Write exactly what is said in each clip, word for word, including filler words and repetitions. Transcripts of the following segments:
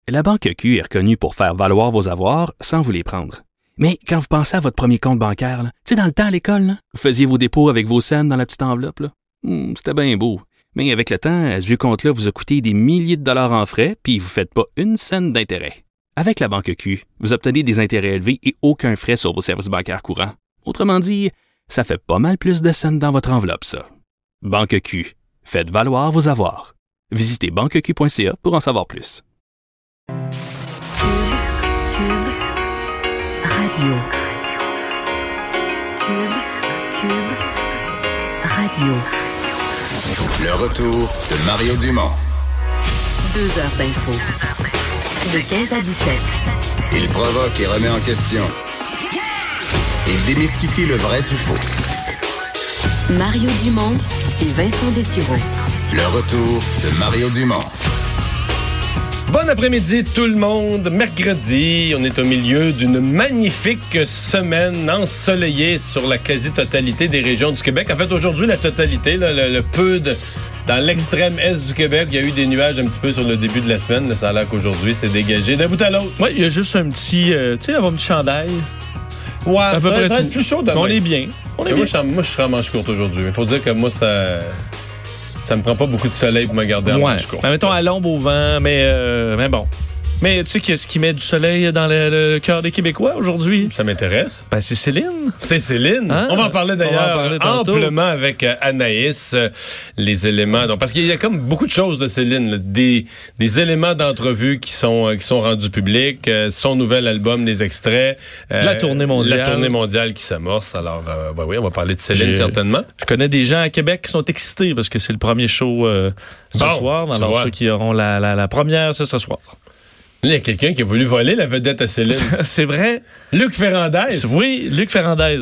La Banque Q est reconnue pour faire valoir vos avoirs sans vous les prendre. Mais quand vous pensez à votre premier compte bancaire, tu sais, dans le temps à l'école, là, vous faisiez vos dépôts avec vos scènes dans la petite enveloppe. Là. Hum, c'était bien beau. Mais avec le temps, ce vieux compte-là vous a coûté des milliers de dollars en frais, puis vous ne faites pas une scène d'intérêt. Avec la Banque Q, vous obtenez des intérêts élevés et aucun frais sur vos services bancaires courants. Autrement dit, ça fait pas mal plus de scènes dans votre enveloppe, ça. Banque Q. Faites valoir vos avoirs. Visitez banque q point c a pour en savoir plus. Radio. Cube, Cube, Radio. Le retour de Mario Dumont. Deux heures d'info. De quinze à dix-sept. Il provoque et remet en question. Il démystifie le vrai du faux. Mario Dumont et Vincent Dessureau. Le retour de Mario Dumont. Bon après-midi tout le monde. Mercredi, on est au milieu d'une magnifique semaine ensoleillée sur la quasi-totalité des régions du Québec. En fait, aujourd'hui, la totalité, là, le, le peu de... Dans l'extrême est du Québec, il y a eu des nuages un petit peu sur le début de la semaine. Là, ça a l'air qu'aujourd'hui, c'est dégagé d'un bout à l'autre. Oui, il y a juste un petit... Euh, tu sais, avoir un petit chandail. Ouais, à peu ça, près ça va tout. être plus chaud demain. On est bien. On est moi, bien. Je, moi, je serai en manche courte aujourd'hui. Il faut dire que moi, ça... Ça me prend pas beaucoup de soleil pour me garder en ouais. manche courte. Ben, mettons à l'ombre au vent, mais, euh, mais bon. Mais tu sais que ce qui met du soleil dans le, le cœur des Québécois aujourd'hui? Ça m'intéresse. Ben, c'est Céline. C'est Céline. Hein? On va en parler d'ailleurs en parler amplement avec euh, Anaïs. Euh, les éléments. Donc, parce qu'il y a comme beaucoup de choses de Céline. Là, des, des éléments d'entrevue qui sont, euh, qui sont rendus publics. Euh, son nouvel album, les extraits. Euh, la tournée mondiale. La tournée mondiale qui s'amorce. Alors, euh, ben oui, on va parler de Céline J'ai, certainement. Je connais des gens à Québec qui sont excités parce que c'est le premier show euh, ce bon, soir. Alors, ceux qui auront la, la, la première, c'est ce soir. Là, il y a quelqu'un qui a voulu voler la vedette à Céline. C'est vrai. Luc Ferrandez. Oui, Luc Ferrandez.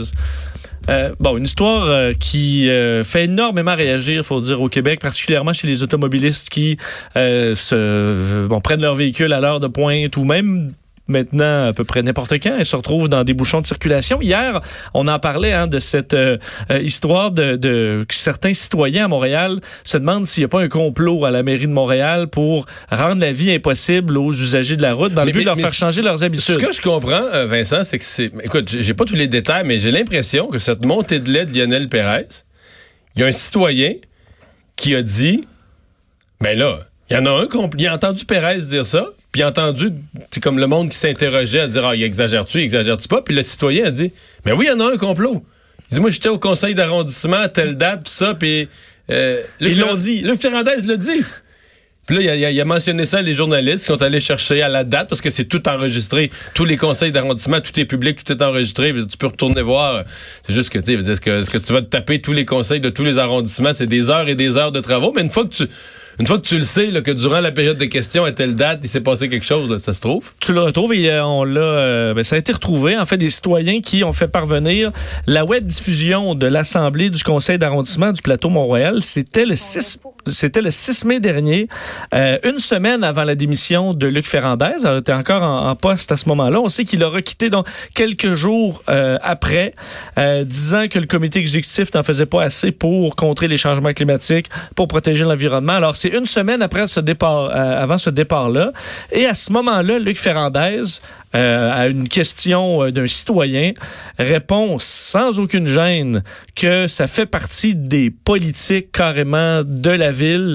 Euh, bon, une histoire euh, qui euh, fait énormément réagir, il faut dire, au Québec, particulièrement chez les automobilistes qui euh, se, euh, bon, prennent leur véhicule à l'heure de pointe ou même maintenant à peu près n'importe quand, et se retrouvent dans des bouchons de circulation. Hier, on en parlait hein, de cette euh, euh, histoire de, de que certains citoyens à Montréal se demandent s'il n'y a pas un complot à la mairie de Montréal pour rendre la vie impossible aux usagers de la route dans mais, le but mais, de leur faire changer leurs habitudes. Ce que je comprends, Vincent, c'est que c'est... Écoute, j'ai pas tous les détails, mais j'ai l'impression que cette montée de lait de Lionel Pérez, il y a un citoyen qui a dit, ben là, il y en a un, il a entendu Pérez dire ça, puis il a entendu, c'est comme le monde qui s'interrogeait à dire, ah, il exagère-tu, il exagère-tu pas? Puis le citoyen a dit, mais oui, il y en a un complot. Il dit, moi, j'étais au conseil d'arrondissement à telle date, tout ça, puis... Euh, Ils l'ont dit. Luc Ferrandez l'a dit. Puis là, il a, il a mentionné ça, les journalistes qui sont allés chercher à la date, parce que c'est tout enregistré. Tous les conseils d'arrondissement, tout est public, tout est enregistré. Tu peux retourner voir. C'est juste que, tu sais, est-ce que, est-ce que tu vas te taper tous les conseils de tous les arrondissements? C'est des heures et des heures de travaux. Mais une fois que tu... Une fois que tu le sais, là, que durant la période de questions, à telle date, il s'est passé quelque chose, là, ça se trouve? Tu le retrouves et euh, on l'a, euh, ben, ça a été retrouvé, en fait, des citoyens qui ont fait parvenir la web diffusion de l'Assemblée du Conseil d'arrondissement du Plateau Mont-Royal. C'était le six, c'était le six mai dernier, euh, une semaine avant la démission de Luc Ferrandez. Il était encore en, en poste à ce moment-là. On sait qu'il aura quitté donc quelques jours euh, après, euh, disant que le comité exécutif n'en faisait pas assez pour contrer les changements climatiques, pour protéger l'environnement. Alors, c'est une semaine après ce départ, euh, avant ce départ-là. Et à ce moment-là, Luc Ferrandez, euh, à une question euh, d'un citoyen, répond sans aucune gêne que ça fait partie des politiques carrément de la ville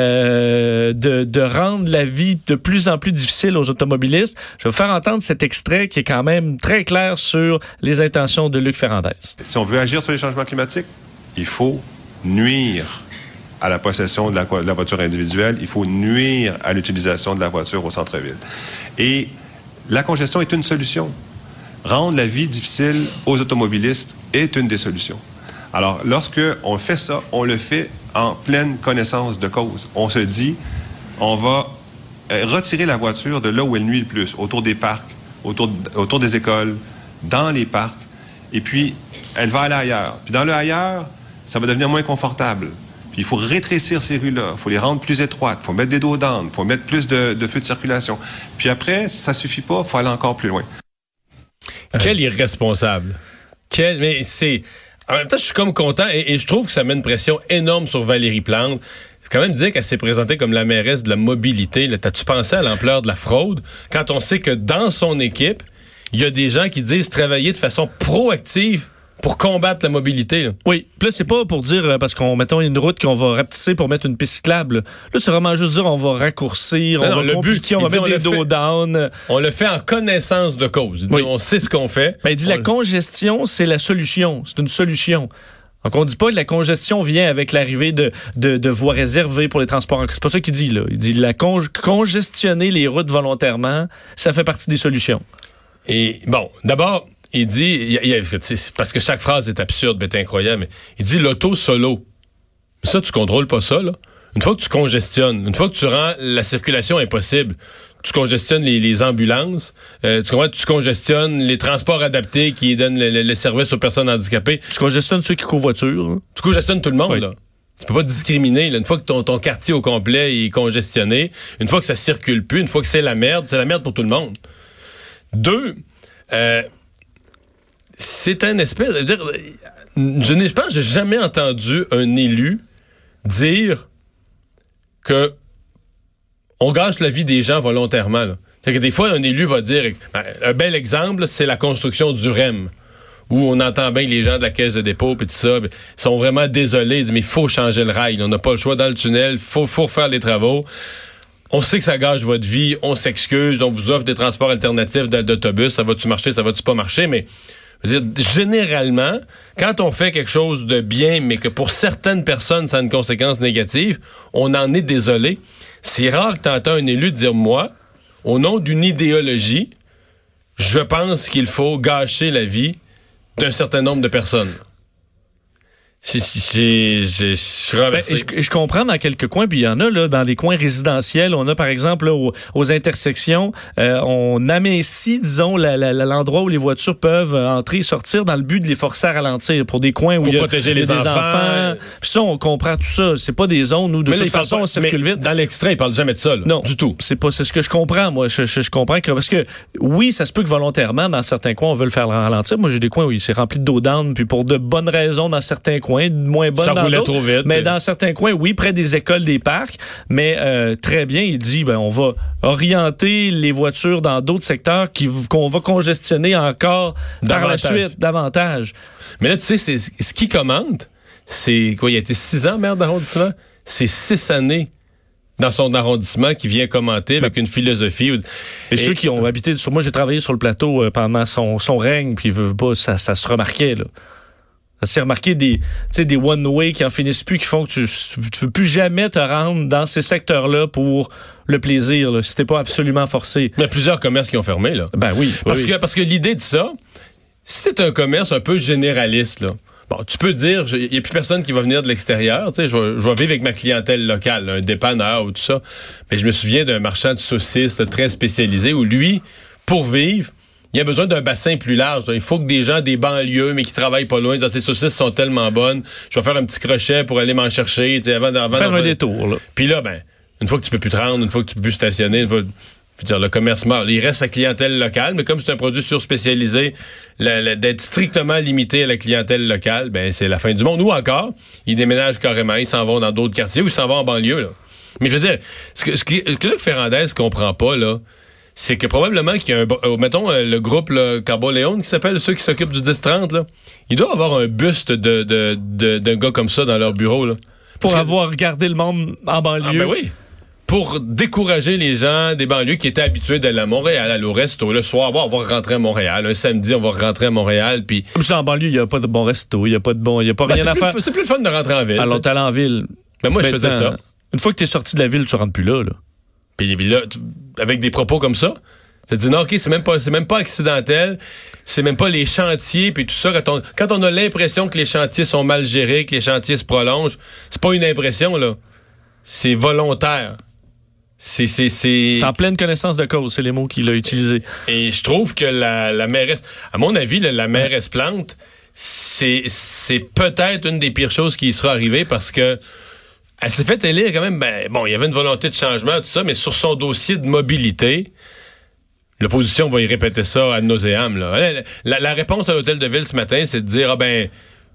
euh, de, de rendre la vie de plus en plus difficile aux automobilistes. Je vais vous faire entendre cet extrait qui est quand même très clair sur les intentions de Luc Ferrandez. Si on veut agir sur les changements climatiques, il faut nuire à la possession de la, de la voiture individuelle, il faut nuire à l'utilisation de la voiture au centre-ville. Et la congestion est une solution. Rendre la vie difficile aux automobilistes est une des solutions. Alors, lorsque on fait ça, on le fait en pleine connaissance de cause. On se dit, on va retirer la voiture de là où elle nuit le plus, autour des parcs, autour, autour des écoles, dans les parcs, et puis elle va aller ailleurs. Puis dans le ailleurs, ça va devenir moins confortable. Puis il faut rétrécir ces rues-là, il faut les rendre plus étroites, il faut mettre des dos d'âne, il faut mettre plus de, de feux de circulation. Puis après, ça suffit pas, il faut aller encore plus loin. Quel irresponsable. Quel, mais c'est... En même temps, je suis comme content et, et je trouve que ça met une pression énorme sur Valérie Plante. quand même dire qu'elle s'est présentée comme la mairesse de la mobilité. Là, t'as-tu pensé à l'ampleur de la fraude quand on sait que dans son équipe, il y a des gens qui disent travailler de façon proactive pour combattre la mobilité. Là. Oui. Puis là, c'est pas pour dire, parce qu'on mettons une route qu'on va rapetisser pour mettre une piste cyclable. Là, là c'est vraiment juste dire on va raccourcir, on non, va le compliquer, but, on va dit, mettre on des le dos down. On le fait en connaissance de cause. Il dit, oui. On sait ce qu'on fait. Ben, il dit on la le... congestion, c'est la solution. C'est une solution. Donc, on dit pas que la congestion vient avec l'arrivée de, de, de voies réservées pour les transports en commun. C'est pas ça qu'il dit, là. Il dit la con- congestionner les routes volontairement, ça fait partie des solutions. Et bon, d'abord, il dit, il y a, il y a, parce que chaque phrase est absurde, mais c'est incroyable, mais il dit l'auto solo. Ça, tu contrôles pas ça, là. Une fois que tu congestionnes, une fois que tu rends la circulation impossible, tu congestionnes les, les ambulances, euh, tu, comprends, tu congestionnes les transports adaptés qui donnent le, le, le service aux personnes handicapées. Tu congestionnes ceux qui covoiturent. Hein? Tu congestionnes tout le monde, oui. là. Tu peux pas discriminer. Là. Une fois que ton, ton quartier au complet est congestionné, une fois que ça circule plus, une fois que c'est la merde, c'est la merde pour tout le monde. Deux, euh, c'est un espèce... Je, veux dire, je, n'ai, je pense que j'ai jamais entendu un élu dire que on gâche la vie des gens volontairement. Là. C'est que des fois, un élu va dire... Un bel exemple, c'est la construction du R E M, où on entend bien que les gens de la Caisse de dépôt et tout ça ils sont vraiment désolés. Ils disent, mais il faut changer le rail. Là. On n'a pas le choix dans le tunnel. Il faut, faut refaire les travaux. On sait que ça gâche votre vie. On s'excuse. On vous offre des transports alternatifs d'autobus. Ça va-tu marcher? Ça va-tu pas marcher? Mais je veux dire, généralement, quand on fait quelque chose de bien, mais que pour certaines personnes, ça a une conséquence négative, on en est désolé. C'est rare que tu entends un élu dire, moi, au nom d'une idéologie, je pense qu'il faut gâcher la vie d'un certain nombre de personnes. Je ben, je, je comprends dans quelques coins, puis il y en a là dans les coins résidentiels. On a par exemple là, aux, aux intersections, euh, on amincit, disons, la, la, l'endroit où les voitures peuvent entrer et sortir dans le but de les forcer à ralentir pour des coins où pour il y a, protéger les il y a des enfants. enfants. Puis ça, on comprend tout ça. C'est pas des zones où de mais toute là, façon pas, on circule vite. Dans l'extrait, ils parlent jamais de ça. Là, non, du tout. C'est pas, c'est ce que je comprends. Moi, je, je, je comprends que parce que oui, ça se peut que volontairement dans certains coins on veut le faire ralentir. Moi, j'ai des coins où c'est rempli de dos down, puis pour de bonnes raisons dans certains coins, de moins bonnes ça dans roulait d'autres. Trop vite, mais puis... dans certains coins, oui, près des écoles, des parcs. Mais euh, très bien, il dit, ben on va orienter les voitures dans d'autres secteurs qui, qu'on va congestionner encore davantage. Par la suite davantage. Mais là, tu sais, c'est, ce qui commande, c'est quoi? Il a été six ans maire d'arrondissement. C'est six années dans son arrondissement qui vient commenter avec une philosophie. Et, et ceux qui ont habité sur moi, j'ai travaillé sur le plateau pendant son, son règne, puis veut pas, ça, ça se remarquait là. Ça s'est remarqué des, des one-way qui en finissent plus, qui font que tu ne veux plus jamais te rendre dans ces secteurs-là pour le plaisir, là, si t'es pas absolument forcé. Il y a plusieurs commerces qui ont fermé, là. Ben oui. Parce, oui. Que, parce que l'idée de ça, si c'est un commerce un peu généraliste, là, bon, tu peux dire, il n'y a plus personne qui va venir de l'extérieur, tu sais, je vais, je vais vivre avec ma clientèle locale, là, un dépanneur ou tout ça. Mais je me souviens d'un marchand de saucisses là, très spécialisé où lui, pour vivre, il y a besoin d'un bassin plus large. Il faut que des gens des banlieues, mais qui travaillent pas loin, dans ces saucisses sont tellement bonnes. Je vais faire un petit crochet pour aller m'en chercher. Avant, avant faire un détour. Là. Puis là, ben, une fois que tu peux plus te rendre, une fois que tu peux plus stationner, une fois, je veux dire, le commerce mort. Il reste sa clientèle locale, mais comme c'est un produit surspécialisé, la, la, d'être strictement limité à la clientèle locale, ben c'est la fin du monde. Ou encore, ils déménagent carrément, ils s'en vont dans d'autres quartiers ou ils s'en vont en banlieue. Là. Mais je veux dire, ce que, ce que, ce que Luc Ferrandez comprend pas, là, c'est que probablement qu'il y a un... Euh, mettons, euh, le groupe là, Carbo-Léon, qui s'appelle ceux qui s'occupent du dix trente, là, il doit avoir un buste de, de, de, d'un gars comme ça dans leur bureau. Là. Pour Parce avoir que... regardé le monde en banlieue. Ah ben oui. Pour décourager les gens des banlieues qui étaient habitués d'aller à Montréal, aller au resto. Le soir, bon, on va rentrer à Montréal. Un samedi, on va rentrer à Montréal. Puis en banlieue, il n'y a pas de bon resto, il n'y a pas de bon... Il n'y a pas ben, rien à faire. Le, c'est plus le fun de rentrer en ville. Alors, t'allais en ville. Ben moi, ben, je faisais ça. Une fois que t'es sorti de la ville, tu rentres plus là. là. Puis là, tu, avec des propos comme ça... Ça dit non, ok, c'est même pas, c'est même pas accidentel, c'est même pas les chantiers puis tout ça. Quand on, quand on a l'impression que les chantiers sont mal gérés, que les chantiers se prolongent, c'est pas une impression là, c'est volontaire. C'est, c'est, c'est... c'est en pleine connaissance de cause, c'est les mots qu'il a utilisés. Et je trouve que la, la mairesse, à mon avis, la, la mairesse Plante, c'est, c'est peut-être une des pires choses qui y sera arrivée parce que elle s'est fait élire quand même. Ben bon, il y avait une volonté de changement tout ça, mais sur son dossier de mobilité. L'opposition va y répéter ça ad nauseam. Là. La, la, la réponse à l'hôtel de ville ce matin, c'est de dire, ah ben,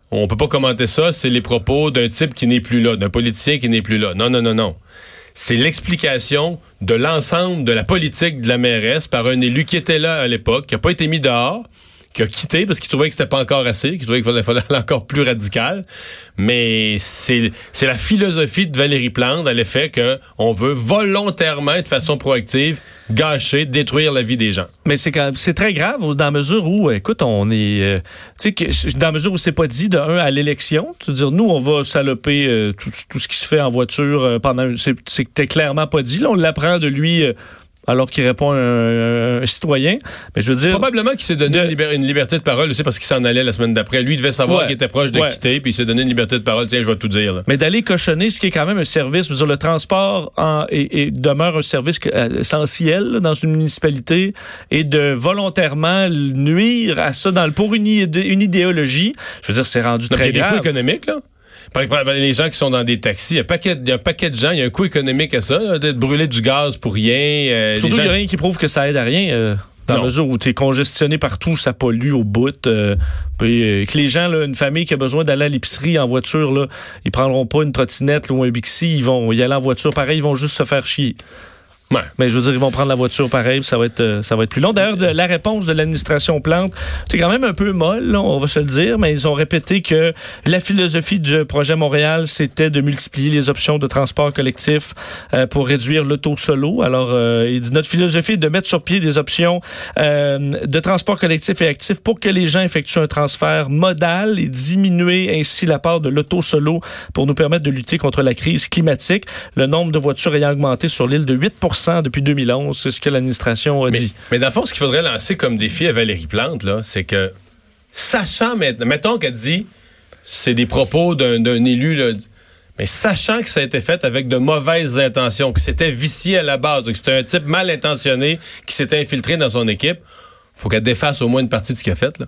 on peut pas commenter ça, c'est les propos d'un type qui n'est plus là, d'un politicien qui n'est plus là. Non, non, non, non. C'est l'explication de l'ensemble de la politique de la mairesse par un élu qui était là à l'époque, qui n'a pas été mis dehors, qui a quitté parce qu'il trouvait que c'était pas encore assez, qu'il trouvait qu'il fallait aller encore plus radical. Mais c'est, c'est la philosophie de Valérie Plante à l'effet qu'on veut volontairement, de façon proactive, gâcher, détruire la vie des gens. Mais c'est quand c'est très grave dans la mesure où, écoute, on est, euh, tu sais, que dans la mesure où c'est pas dit de un à l'élection, c'est-à-dire nous on va saloper euh, tout, tout ce qui se fait en voiture euh, pendant, c'est, c'est clairement pas dit. Là, on l'apprend de lui. Euh, alors qu'il répond à un, un citoyen. Mais je veux dire... Probablement qu'il s'est donné de... une, liber- une liberté de parole aussi parce qu'il s'en allait la semaine d'après. Lui, il devait savoir ouais. qu'il était proche de ouais. quitter, puis il s'est donné une liberté de parole. Tiens, je vais tout dire. Là. Mais d'aller cochonner ce qui est quand même un service, je veux dire, le transport en, et, et demeure un service essentiel là, dans une municipalité et de volontairement nuire à ça dans le, pour une, une idéologie, je veux dire, c'est rendu Donc, très il y a grave. des coûts économiques, là. Par exemple, les gens qui sont dans des taxis, il y a un paquet, il y a un paquet de gens, il y a un coût économique à ça, là, d'être brûlé du gaz pour rien. Euh, Surtout qu'il gens... n'y a rien qui prouve que ça aide à rien. Euh, dans non. la mesure où tu es congestionné partout, ça pollue au bout. Euh, puis, euh, que les gens, là, une famille qui a besoin d'aller à l'épicerie en voiture, là, ils prendront pas une trottinette là, ou un Bixi, ils vont y aller en voiture pareil, ils vont juste se faire chier. Ouais. Mais je veux dire, ils vont prendre la voiture pareil, puis ça va être, euh, ça va être plus long. D'ailleurs, de, la réponse de l'administration Plante, c'est quand même un peu molle, là, on va se le dire, mais ils ont répété que la philosophie du projet Montréal, c'était de multiplier les options de transport collectif euh, pour réduire l'auto-solo. Alors, euh, il dit, notre philosophie est de mettre sur pied des options euh, de transport collectif et actif pour que les gens effectuent un transfert modal et diminuer ainsi la part de l'auto-solo pour nous permettre de lutter contre la crise climatique. Le nombre de voitures ayant augmenté sur l'île de huit pour cent depuis deux mille onze, c'est ce que l'administration a mais, dit. Mais dans le fond, ce qu'il faudrait lancer comme défi à Valérie Plante, là, c'est que, sachant maintenant, mettons qu'elle dit, c'est des propos d'un, d'un élu, là, mais sachant que ça a été fait avec de mauvaises intentions, que c'était vicié à la base, que c'était un type mal intentionné qui s'était infiltré dans son équipe, faut qu'elle défasse au moins une partie de ce qu'elle a fait, là.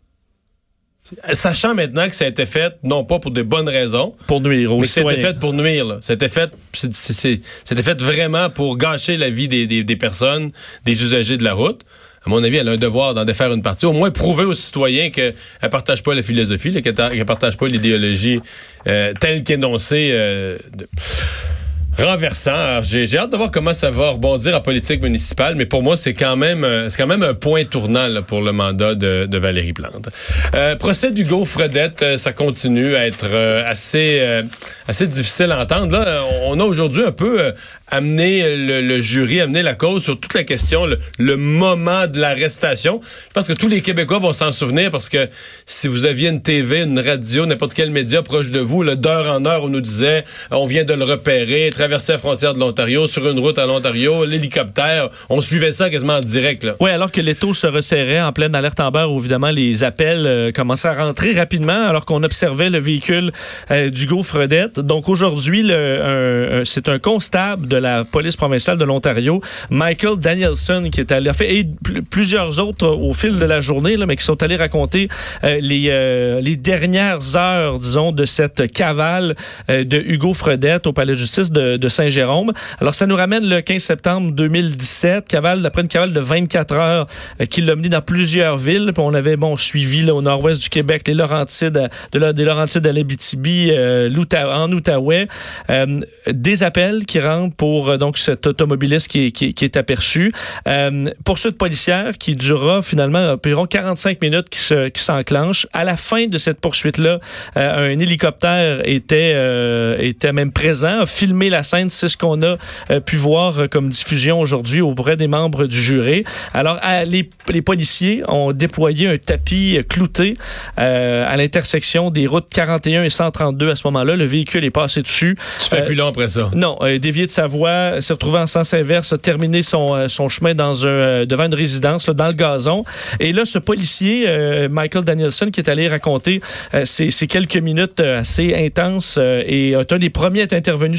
Sachant maintenant que ça a été fait, non pas pour des bonnes raisons, pour nuire, mais c'était fait pour nuire. Là. C'était fait, c'est, c'est, c'était fait vraiment pour gâcher la vie des, des, des personnes, des usagers de la route. À mon avis, elle a un devoir d'en défaire une partie, au moins prouver aux citoyens qu'elle ne partage pas la philosophie, là, qu'elle ne partage pas l'idéologie euh, telle qu'énoncée. Euh, de... renversant. Alors, j'ai, j'ai hâte de voir comment ça va rebondir en politique municipale, mais pour moi, c'est quand même, c'est quand même un point tournant là, pour le mandat de, de Valérie Plante. Euh, procès d'Hugo Fredette, euh, ça continue à être euh, assez, euh, assez difficile à entendre. Là, on a aujourd'hui un peu euh, amené le, le jury, amené la cause sur toute la question, le, le moment de l'arrestation. Je pense que tous les Québécois vont s'en souvenir parce que si vous aviez une T V, une radio, n'importe quel média proche de vous, là, d'heure en heure, on nous disait, on vient de le repérer, traverser la frontière de l'Ontario, sur une route à l'Ontario, l'hélicoptère, on suivait ça quasiment en direct. Là. Oui, alors que les taux se resserraient en pleine alerte Amber, où évidemment les appels euh, commençaient à rentrer rapidement, alors qu'on observait le véhicule euh, d'Hugo Fredette. Donc aujourd'hui, le, un, un, c'est un constable de la police provinciale de l'Ontario, Michael Danielson, qui est allé, fait, et pl- plusieurs autres au fil de la journée, là, mais qui sont allés raconter euh, les, euh, les dernières heures, disons, de cette cavale euh, de Hugo Fredette au palais de justice de, de Saint-Jérôme. Alors, ça nous ramène le quinze septembre deux mille dix-sept, cavale, après une cavale de vingt-quatre heures euh, qui l'a mené dans plusieurs villes. Puis on avait, bon, suivi là, au nord-ouest du Québec, les Laurentides, de la, des Laurentides à l'Abitibi, euh, en Outaouais. Euh, des appels qui rentrent pour euh, donc cet automobiliste qui est, qui, qui est aperçu. Euh, poursuite policière qui durera finalement environ quarante-cinq minutes qui, se, qui s'enclenche. À la fin de cette poursuite-là, euh, un hélicoptère était, euh, était même présent, a filmé la scène. C'est ce qu'on a euh, pu voir euh, comme diffusion aujourd'hui auprès des membres du jury. Alors, à, les, les policiers ont déployé un tapis euh, clouté euh, à l'intersection des routes quarante et un et cent trente-deux à ce moment-là. Le véhicule est passé dessus. Tu fais euh, plus long après ça. Non, euh, dévié de sa voie, s'est retrouvé en sens inverse, a terminé son, euh, son chemin dans un, euh, devant une résidence, là, dans le gazon. Et là, ce policier, euh, Michael Danielson, qui est allé raconter euh, ces, ces quelques minutes euh, assez intenses euh, et est un des premiers à être intervenu sur les lieux,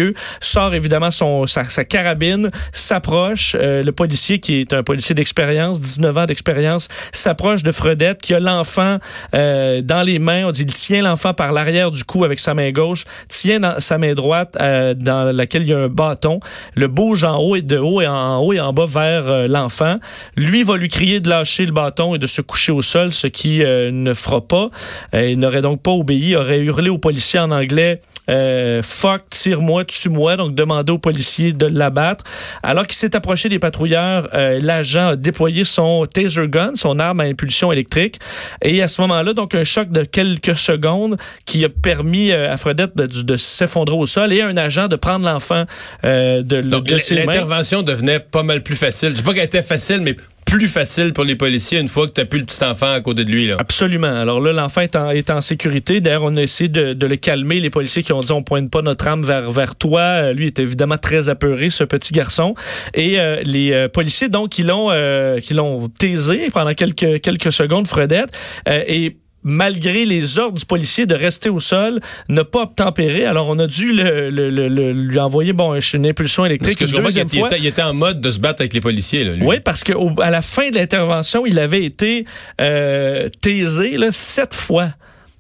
lieu, sort évidemment son sa, sa carabine, s'approche. Euh, le policier, qui est un policier d'expérience, dix-neuf ans d'expérience, s'approche de Fredette, qui a l'enfant euh, dans les mains. On dit il tient l'enfant par l'arrière du cou avec sa main gauche, tient dans sa main droite euh, dans laquelle il y a un bâton, le bouge en haut et de haut et en haut et en bas vers euh, l'enfant. Lui va lui crier de lâcher le bâton et de se coucher au sol, ce qui euh, ne fera pas. Euh, il n'aurait donc pas obéi, il aurait hurlé au policier en anglais euh, « Fuck, tire-moi, tue-moi », donc demandé au policier de l'abattre. Alors qu'il s'est approché des patrouilleurs, euh, l'agent a déployé son taser gun, son arme à impulsion électrique, et à ce moment-là, donc un choc de quelques secondes qui a permis euh, à Fredette de, de s'effondrer au sol et à un agent de prendre l'enfant euh, de, donc, de ses mains. L'intervention devenait pas mal plus facile. Je dis pas qu'elle était facile, mais plus facile pour les policiers une fois que tu n'as plus le petit enfant à côté de lui. Là. Absolument. Alors là, l'enfant est en, est en sécurité. D'ailleurs, on a essayé de, de le calmer. Les policiers qui ont dit on pointe pas notre arme vers, vers toi. Euh, lui est évidemment très apeuré, ce petit garçon. Et euh, les euh, policiers, donc, qui l'ont, euh, qui l'ont taisé pendant quelques, quelques secondes, Fredette, euh, et malgré les ordres du policier de rester au sol, n'a pas obtempéré. Alors, on a dû le, le, le, le, lui envoyer bon, une impulsion électrique. Parce que une deuxième il, fois. Était, il était en mode de se battre avec les policiers. Là, lui. Oui, parce qu'à la fin de l'intervention, il avait été euh, taisé là, sept fois.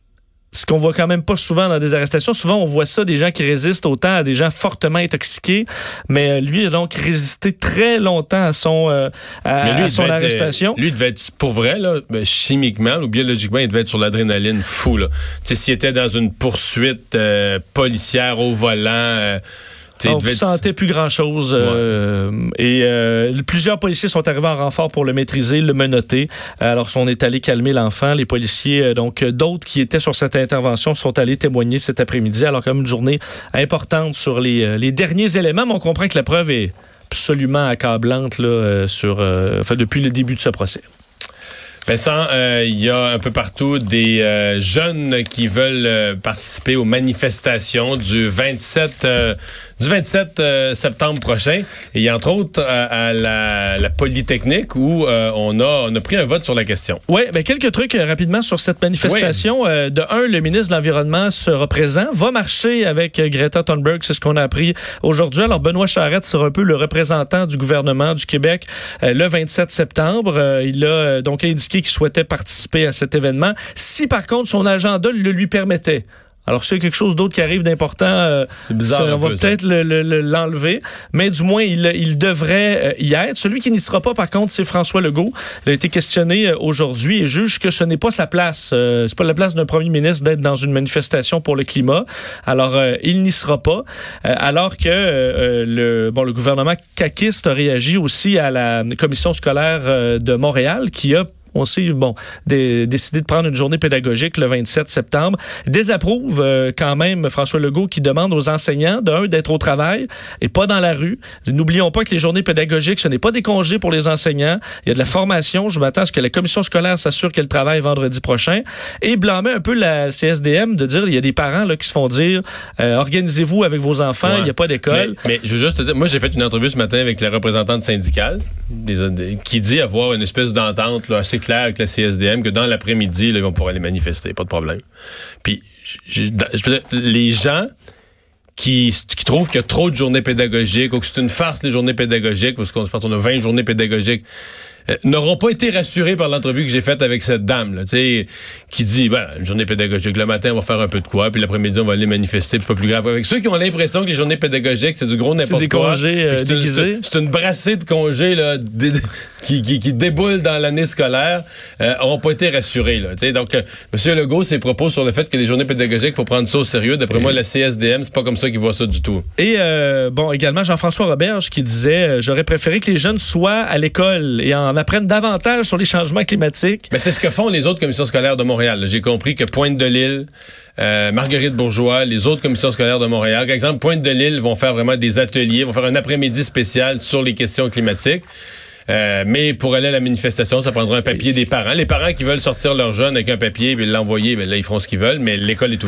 Ce qu'on voit quand même pas souvent dans des arrestations. Souvent, on voit ça, des gens qui résistent autant à des gens fortement intoxiqués. Mais lui a donc résisté très longtemps à son, euh, à, lui, à son arrestation. Être, lui, il devait être, pour vrai, là, ben, chimiquement ou biologiquement, il devait être sur l'adrénaline fou. Là. Tu sais, s'il était dans une poursuite euh, policière au volant... Euh, on ne sentait plus grand-chose. Euh, ouais. Et euh, plusieurs policiers sont arrivés en renfort pour le maîtriser, le menotter. Alors, on est allé calmer l'enfant. Les policiers, donc d'autres qui étaient sur cette intervention, sont allés témoigner cet après-midi. Alors, comme une journée importante sur les, les derniers éléments, mais on comprend que la preuve est absolument accablante là, sur, euh, enfin, depuis le début de ce procès. Vincent, il euh, y a un peu partout des euh, jeunes qui veulent euh, participer aux manifestations du vingt-sept, euh, du vingt-sept euh, septembre prochain. Et il y a entre autres à, à la, la Polytechnique où euh, on, a, on a pris un vote sur la question. Oui, ben quelques trucs euh, rapidement sur cette manifestation. Oui. Euh, de un, le ministre de l'Environnement sera présent, va marcher avec euh, Greta Thunberg, c'est ce qu'on a appris aujourd'hui. Alors Benoît Charette sera un peu le représentant du gouvernement du Québec euh, le vingt-sept septembre. Euh, il a euh, donc indiqué qu'il souhaitait participer à cet événement. Si par contre son agenda le lui permettait. Alors, s'il y a quelque chose d'autre qui arrive d'important, euh, bizarre, ça, on va peut-être le, le, le, l'enlever. Mais du moins, il, il devrait euh, y être. Celui qui n'y sera pas, par contre, c'est François Legault. Il a été questionné euh, aujourd'hui et juge que ce n'est pas sa place. Euh, c'est pas la place d'un premier ministre d'être dans une manifestation pour le climat. Alors, euh, il n'y sera pas. Euh, alors que euh, le, bon, le gouvernement caquiste a réagi aussi à la commission scolaire euh, de Montréal qui a on sait, bon, des, décidé de prendre une journée pédagogique le vingt-sept septembre. Désapprouve euh, quand même François Legault qui demande aux enseignants, d'un, d'être au travail et pas dans la rue. N'oublions pas que les journées pédagogiques, ce n'est pas des congés pour les enseignants. Il y a de la formation. Je m'attends à ce que la commission scolaire s'assure qu'elle travaille vendredi prochain. Et blâmer un peu la C S D M de dire, il y a des parents là, qui se font dire, euh, organisez-vous avec vos enfants, il ouais. n'y a pas d'école. Mais, mais je veux juste te dire, moi j'ai fait une entrevue ce matin avec la représentante syndicale des, des, qui dit avoir une espèce d'entente là, assez clair avec la C S D M que dans l'après-midi, là, ils vont pouvoir aller manifester, pas de problème. Puis, je, je, je peux dire, les gens qui, qui trouvent qu'il y a trop de journées pédagogiques ou que c'est une farce les journées pédagogiques, parce qu'on pense qu'on a vingt journées pédagogiques, euh, n'auront pas été rassurés par l'entrevue que j'ai faite avec cette dame, là, tu sais, qui dit, ben, une journée pédagogique, le matin, on va faire un peu de quoi, puis l'après-midi, on va aller manifester, puis pas plus grave. Avec ceux qui ont l'impression que les journées pédagogiques, c'est du gros n'importe c'est quoi. C'est des congés euh, c'est, déguisés. Une, c'est une brassée de congés, là, dé, qui, qui, qui déboulent dans l'année scolaire, euh, n'auront pas été rassurés, là, tu sais. Donc, euh, M. Legault, ses propos sur le fait que les journées pédagogiques, faut prendre ça au sérieux. D'après et... moi, la C S D M, c'est pas comme ça qu'ils voient ça du tout. Et, euh, bon, également, Jean-François Roberge qui disait, euh, j'aurais préféré que les jeunes soient à l'école et en apprennent davantage sur les changements climatiques. Ben, c'est ce que font les autres commissions scolaires de Montréal. J'ai compris que Pointe-de-l'Île, euh, Marguerite Bourgeois, les autres commissions scolaires de Montréal, par exemple, Pointe-de-l'Île vont faire vraiment des ateliers, vont faire un après-midi spécial sur les questions climatiques. Euh, mais pour aller à la manifestation, ça prendra un papier des parents. Les parents qui veulent sortir leur jeune avec un papier et l'envoyer, ben là, ils feront ce qu'ils veulent, mais l'école est ouverte.